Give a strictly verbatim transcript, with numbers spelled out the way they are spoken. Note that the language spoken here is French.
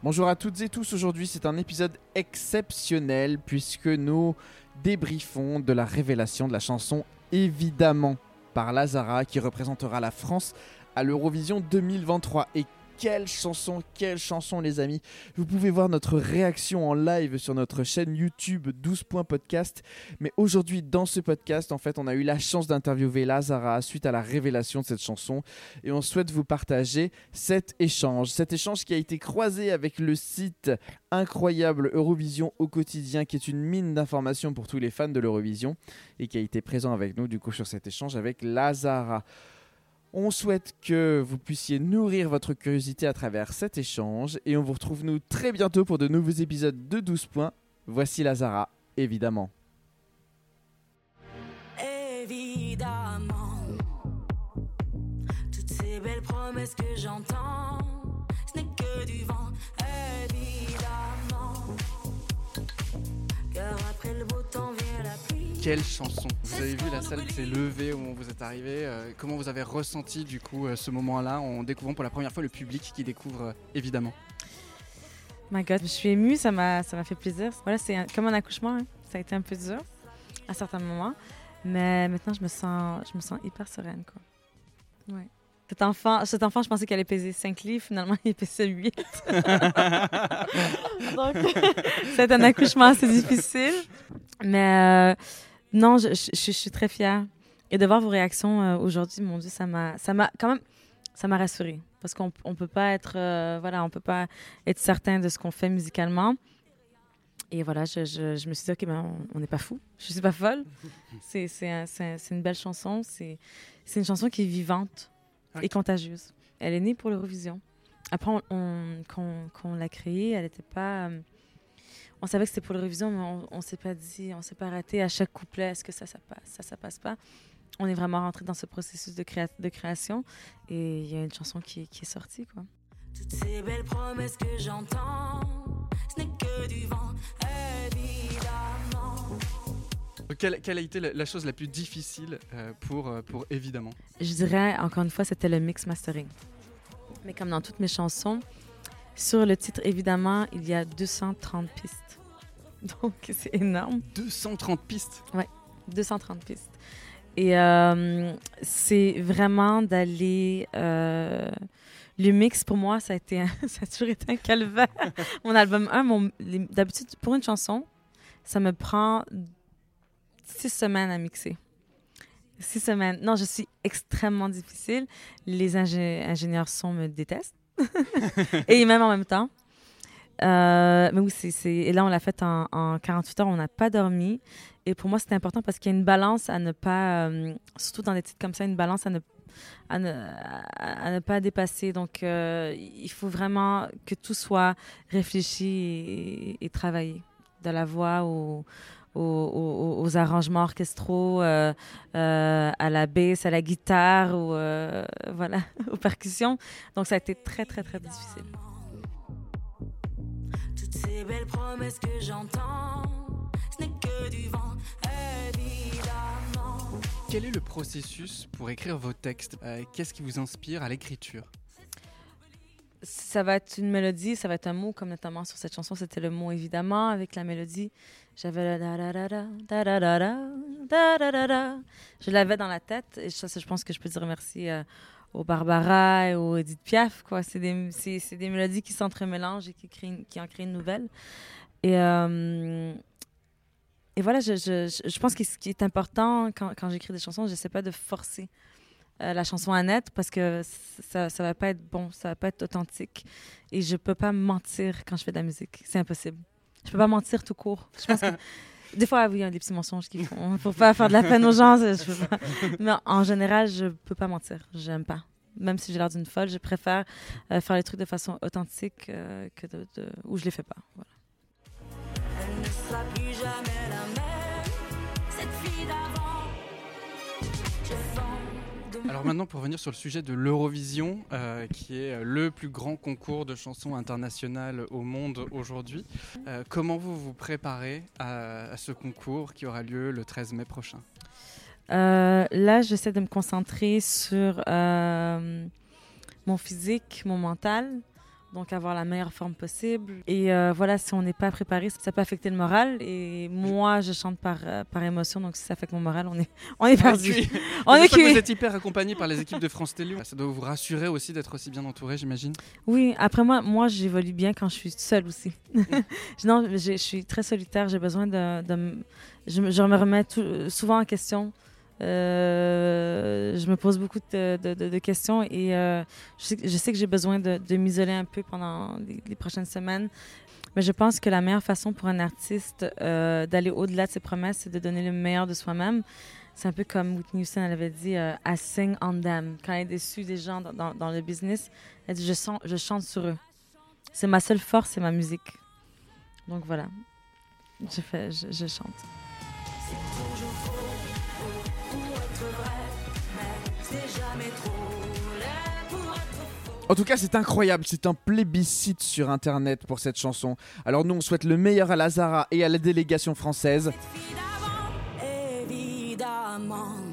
Bonjour à toutes et tous, aujourd'hui c'est un épisode exceptionnel puisque nous débriefons de la révélation de la chanson Évidemment par Lazara qui représentera la France à l'Eurovision deux mille vingt-trois. Et quelle chanson, quelle chanson les amis. Vous pouvez voir notre réaction en live sur notre chaîne YouTube douze points podcast. Mais aujourd'hui dans ce podcast, en fait, on a eu la chance d'interviewer Lazara suite à la révélation de cette chanson. Et on souhaite vous partager cet échange. Cet échange qui a été croisé avec le site incroyable Eurovision au quotidien, qui est une mine d'informations pour tous les fans de l'Eurovision. Et qui a été présent avec nous du coup sur cet échange avec Lazara. On souhaite que vous puissiez nourrir votre curiosité à travers cet échange et on vous retrouve nous très bientôt pour de nouveaux épisodes de douze points. Voici Lazara, évidemment. Évidemment, toutes ces belles promesses que j'entends, ce n'est que du vent. Évidemment, car après le beau temps vient la pluie. Quelle chanson! Vous avez vu la salle qui s'est levée au moment où vous êtes arrivé. Euh, comment vous avez ressenti du coup euh, ce moment-là en découvrant pour la première fois le public qui découvre euh, Évidemment? My God, je suis émue, ça m'a, ça m'a fait plaisir. Voilà, c'est un, comme un accouchement, hein. Ça a été un peu dur à certains moments, mais maintenant je me sens, je me sens hyper sereine, quoi. Ouais. Cet enfant, cet enfant, je pensais qu'elle allait peser cinq livres, finalement il pesait huit. Donc, c'est un accouchement assez difficile, mais euh, non, je, je, je suis très fière. Et de voir vos réactions euh, aujourd'hui, mon Dieu, ça m'a, ça m'a quand même, ça m'a rassurée. Parce qu'on on peut pas être, euh, voilà, on peut pas être certain de ce qu'on fait musicalement. Et voilà, je, je, je me suis dit, OK, ben, on n'est pas fou. Je suis pas folle. C'est, c'est, un, c'est, un, c'est une belle chanson. C'est, c'est une chanson qui est vivante et contagieuse. Elle est née pour l'Eurovision. Après, on, on, quand, quand on l'a créée, elle n'était pas... Euh, on savait que c'était pour l'Eurovision, mais on ne s'est pas dit, on ne s'est pas raté à chaque couplet. Est-ce que ça, ça passe, ça, ça passe pas? On est vraiment rentré dans ce processus de, créa- de création et il y a une chanson qui, qui est sortie, quoi. Toutes ces belles promesses que j'entends, ce n'est que du vent, évidemment. Quelle, quelle a été la, la chose la plus difficile euh, pour, euh, pour Évidemment? Je dirais, encore une fois, c'était le mix mastering. Mais comme dans toutes mes chansons, sur le titre, évidemment, il y a deux cent trente pistes. Donc, c'est énorme. deux cent trente pistes? Oui, deux cent trente pistes. Et euh, c'est vraiment d'aller... Euh, le mix, pour moi, ça a, été un, ça a toujours été un calvaire. Mon album un, mon, les, d'habitude, pour une chanson, ça me prend six semaines à mixer. Six semaines. Non, je suis extrêmement difficile. Les ingé- ingénieurs son me détestent. Et même en même temps. Euh, mais oui, c'est, c'est... Et là, on l'a fait en, en quarante-huit heures. On n'a pas dormi. Et pour moi, c'était important parce qu'il y a une balance à ne pas... Euh, surtout dans des titres comme ça, une balance à ne, à ne, à ne pas dépasser. Donc, euh, il faut vraiment que tout soit réfléchi et, et travaillé. De la voix au... Aux, aux, aux arrangements orchestraux, euh, euh, à la basse, à la guitare, ou, euh, voilà, aux percussions. Donc, ça a été très, très, très difficile. Toutes ces belles promesses que j'entends, ce n'est que du vent, évidemment. Quel est le processus pour écrire vos textes? euh, Qu'est-ce qui vous inspire à l'écriture? Ça va être une mélodie, ça va être un mot, comme notamment sur cette chanson, c'était le mot évidemment. Avec la mélodie, j'avais le da da da da da da da da da da. Je l'avais dans la tête et ça, je pense que je peux dire merci euh, au Barbara et au Edith Piaf, quoi. C'est des, c'est, c'est des mélodies qui s'entremélangent et qui, créent, qui en créent une nouvelle. Et, euh, et voilà, je, je, je pense que ce qui est important quand, quand j'écris des chansons, je n'essaie pas de forcer Euh, la chanson à naître parce que ça ça va pas être bon, ça va pas être authentique et je peux pas mentir quand je fais de la musique, c'est impossible. Je peux pas mentir tout court. Je pense que des fois oui, il y a des petits mensonges qui font pour pas faire de la peine aux gens, je peux pas. Mais en général, je peux pas mentir, j'aime pas. Même si j'ai l'air d'une folle, je préfère euh, faire les trucs de façon authentique euh, que de, de où je les fais pas. Voilà. Elle ne sera plus jamais la même, cette fille d'avant. Je sens. Alors maintenant, pour revenir sur le sujet de l'Eurovision, euh, qui est le plus grand concours de chansons internationales au monde aujourd'hui, euh, comment vous vous préparez à, à ce concours qui aura lieu le treize mai prochain? Euh, là, j'essaie de me concentrer sur euh, mon physique, mon mental, donc avoir la meilleure forme possible. Et euh, voilà, si on n'est pas préparé, ça peut affecter le moral. Et moi, je chante par, euh, par émotion, donc si ça affecte mon moral, on est, on est perdu. cuit. On Je est sais que cuit. vous êtes hyper accompagné par les équipes de France Télé. Ça doit vous rassurer aussi d'être aussi bien entouré, j'imagine. Oui, après moi, moi j'évolue bien quand je suis seule aussi. non, j'ai- je suis très solitaire, j'ai besoin de... de m- je, me- je me remets tout- souvent en question. Euh, je me pose beaucoup de, de- de- de questions et euh, je, sais, que- je sais que j'ai besoin de, de m'isoler un peu pendant les, les prochaines semaines. Mais je pense que la meilleure façon pour un artiste euh, d'aller au-delà de ses promesses, c'est de donner le meilleur de soi-même. C'est un peu comme Whitney Houston, elle avait dit euh, I sing on them. Quand elle est déçue des gens dans, dans, dans le business, elle dit je, sens, je chante sur eux. C'est ma seule force, c'est ma musique. Donc voilà, je, fais, je, je chante. C'est toujours faux pour être vrai, mais c'est jamais trop laid pour être faux. En tout cas, c'est incroyable, c'est un plébiscite sur internet pour cette chanson. Alors nous, on souhaite le meilleur à Lazara et à la délégation française. Cette fille d'avant, évidemment.